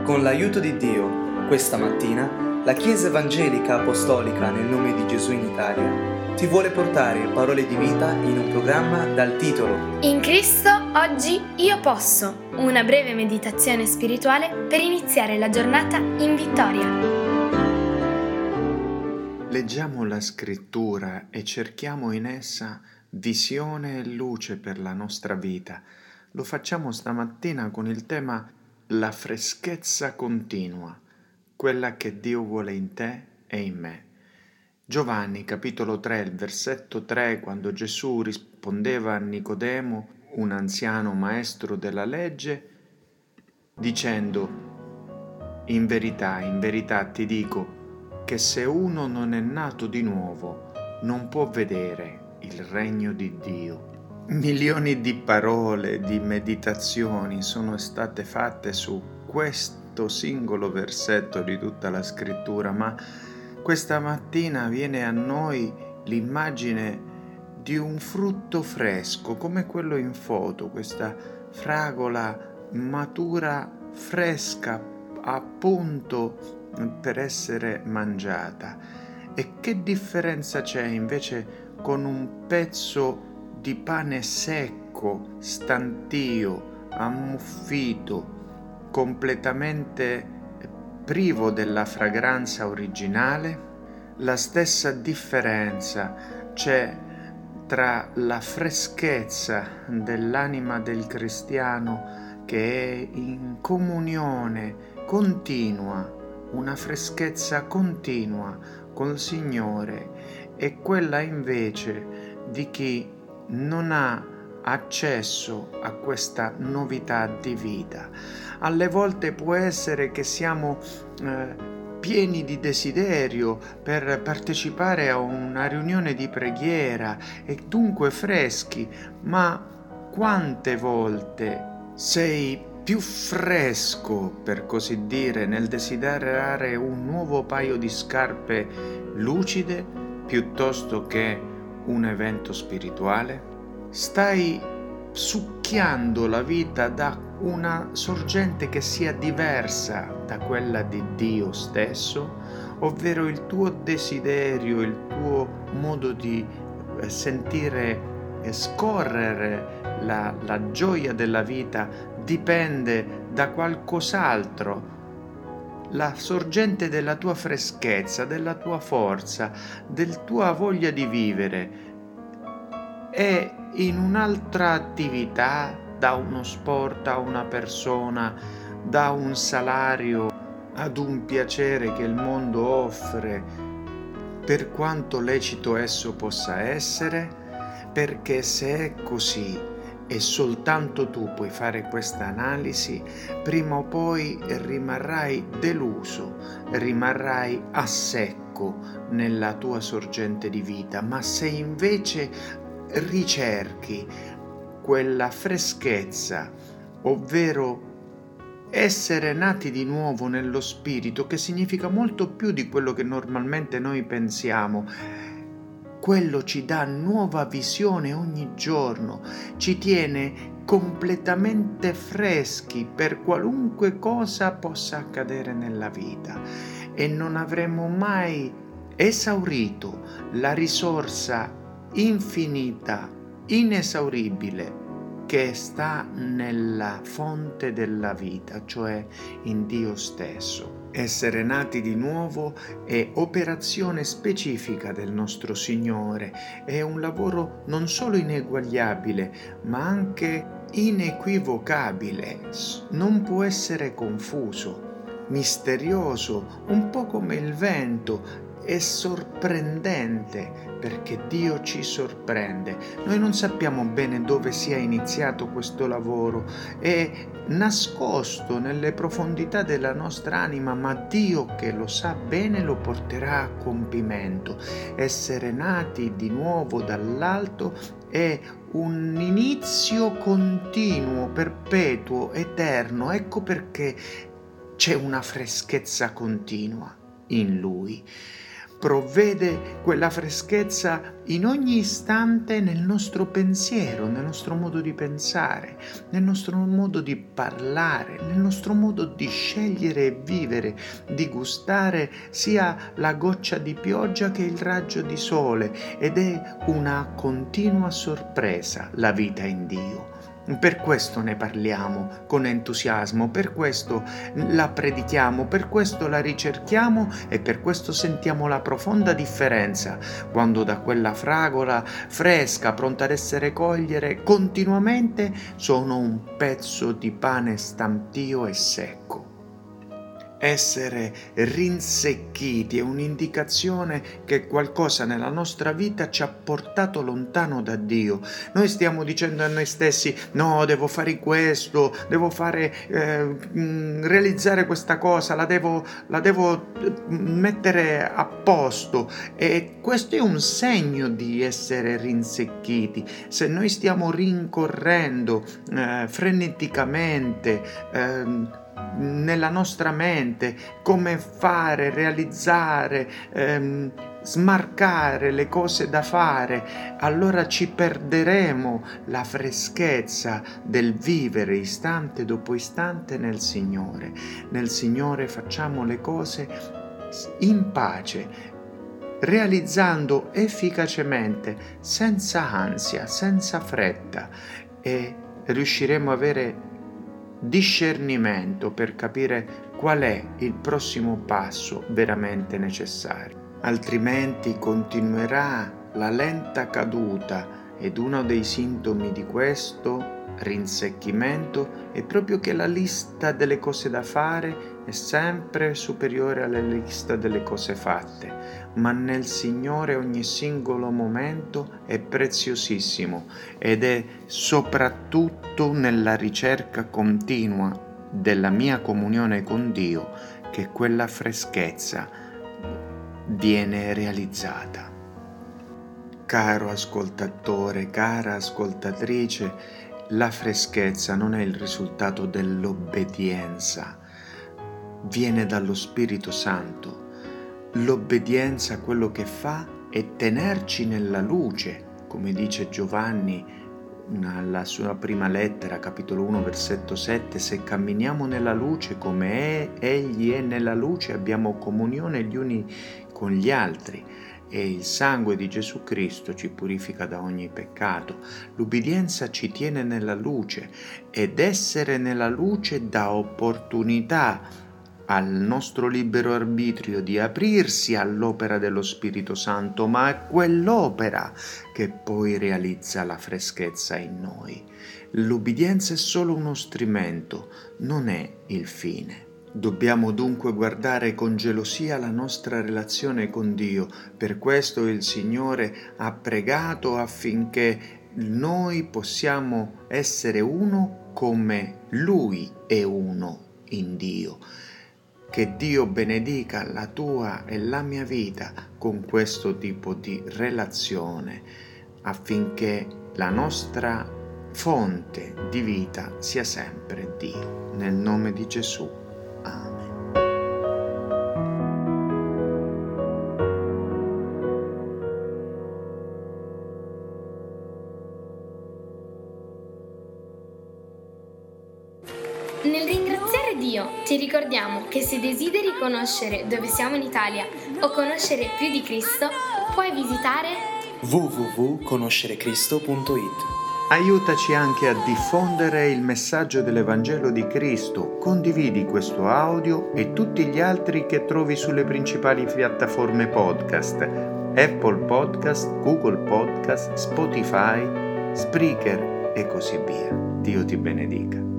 Con l'aiuto di Dio, questa mattina, la Chiesa Evangelica Apostolica nel nome di Gesù in Italia ti vuole portare parole di vita in un programma dal titolo In Cristo oggi io posso, una breve meditazione spirituale per iniziare la giornata in vittoria. Leggiamo la scrittura e cerchiamo in essa visione e luce per la nostra vita. Lo facciamo stamattina con il tema la freschezza continua, quella che Dio vuole in te e in me. Giovanni capitolo 3, il versetto 3, quando Gesù rispondeva a Nicodemo, un anziano maestro della legge, dicendo: in verità ti dico che se uno non è nato di nuovo non può vedere il regno di Dio. Milioni di parole, di meditazioni sono state fatte su questo singolo versetto di tutta la scrittura, ma questa mattina viene a noi l'immagine di un frutto fresco, come quello in foto, questa fragola matura, fresca, a punto per essere mangiata. E che differenza c'è invece con un pezzo di pane secco, stantio, ammuffito, completamente privo della fragranza originale? La stessa differenza c'è tra la freschezza dell'anima del cristiano che è in comunione continua, una freschezza continua col Signore, e quella invece di chi non ha accesso a questa novità di vita. Alle volte può essere che siamo pieni di desiderio per partecipare a una riunione di preghiera e dunque freschi, ma quante volte sei più fresco, per così dire, nel desiderare un nuovo paio di scarpe lucide piuttosto che un evento spirituale? Stai succhiando la vita da una sorgente che sia diversa da quella di Dio stesso, ovvero il tuo desiderio, il tuo modo di sentire scorrere la gioia della vita dipende da qualcos'altro. La sorgente della tua freschezza, della tua forza, della tua voglia di vivere è in un'altra attività, da uno sport a una persona, da un salario ad un piacere che il mondo offre, per quanto lecito esso possa essere, perché se è così e soltanto tu puoi fare questa analisi, prima o poi rimarrai deluso, rimarrai a secco nella tua sorgente di vita. Ma se invece ricerchi quella freschezza, ovvero essere nati di nuovo nello spirito, che significa molto più di quello che normalmente noi pensiamo, quello ci dà nuova visione ogni giorno, ci tiene completamente freschi per qualunque cosa possa accadere nella vita, e non avremo mai esaurito la risorsa infinita, inesauribile che sta nella fonte della vita, cioè in Dio stesso. Essere nati di nuovo è operazione specifica del nostro Signore, è un lavoro non solo ineguagliabile, ma anche inequivocabile, non può essere confuso, misterioso, un po' come il vento, è sorprendente, perché Dio ci sorprende. Noi non sappiamo bene dove sia iniziato questo lavoro, è nascosto nelle profondità della nostra anima, ma Dio, che lo sa bene, lo porterà a compimento. Essere nati di nuovo dall'alto è un inizio continuo, perpetuo, eterno. Ecco perché c'è una freschezza continua in Lui. provvede quella freschezza in ogni istante nel nostro pensiero, nel nostro modo di pensare, nel nostro modo di parlare, nel nostro modo di scegliere e vivere, di gustare sia la goccia di pioggia che il raggio di sole, ed è una continua sorpresa la vita in Dio. Per questo ne parliamo con entusiasmo, per questo la predichiamo, per questo la ricerchiamo e per questo sentiamo la profonda differenza quando da quella fragola fresca, pronta ad essere cogliere continuamente, sono un pezzo di pane stantio e secco. Essere rinsecchiti è un'indicazione che qualcosa nella nostra vita ci ha portato lontano da Dio. Noi stiamo dicendo a noi stessi: no, devo fare questo, devo realizzare questa cosa, la devo mettere a posto, e questo è un segno di essere rinsecchiti. Se noi stiamo rincorrendo freneticamente nella nostra mente come fare, realizzare, smarcare le cose da fare, allora ci perderemo la freschezza del vivere istante dopo istante nel Signore. Nel Signore facciamo le cose in pace, realizzando efficacemente, senza ansia, senza fretta, e riusciremo a avere discernimento per capire qual è il prossimo passo veramente necessario. Altrimenti continuerà la lenta caduta, ed uno dei sintomi di questo rinsecchimento è proprio che la lista delle cose da fare è sempre superiore alla lista delle cose fatte, ma nel Signore ogni singolo momento è preziosissimo, ed è soprattutto nella ricerca continua della mia comunione con Dio che quella freschezza viene realizzata. Caro ascoltatore, cara ascoltatrice, la freschezza non è il risultato dell'obbedienza, viene dallo Spirito Santo. L'obbedienza, quello che fa, è tenerci nella luce, come dice Giovanni nella sua prima lettera, capitolo 1, versetto 7: se camminiamo nella luce come Egli è nella luce, abbiamo comunione gli uni con gli altri, e il sangue di Gesù Cristo ci purifica da ogni peccato. L'ubbidienza ci tiene nella luce, ed essere nella luce dà opportunità al nostro libero arbitrio di aprirsi all'opera dello Spirito Santo, ma è quell'opera che poi realizza la freschezza in noi. L'ubbidienza è solo uno strumento, non è il fine. Dobbiamo dunque guardare con gelosia la nostra relazione con Dio. Per questo il Signore ha pregato affinché noi possiamo essere uno come Lui è uno in Dio. Che Dio benedica la tua e la mia vita con questo tipo di relazione, affinché la nostra fonte di vita sia sempre Dio. Nel nome di Gesù. Amen. Nel ringraziare Dio ti ricordiamo che se desideri conoscere dove siamo in Italia o conoscere più di Cristo, puoi visitare www.conoscerecristo.it. Aiutaci anche a diffondere il messaggio dell'Evangelo di Cristo. Condividi questo audio e tutti gli altri che trovi sulle principali piattaforme podcast: Apple Podcast, Google Podcast, Spotify, Spreaker e così via. Dio ti benedica.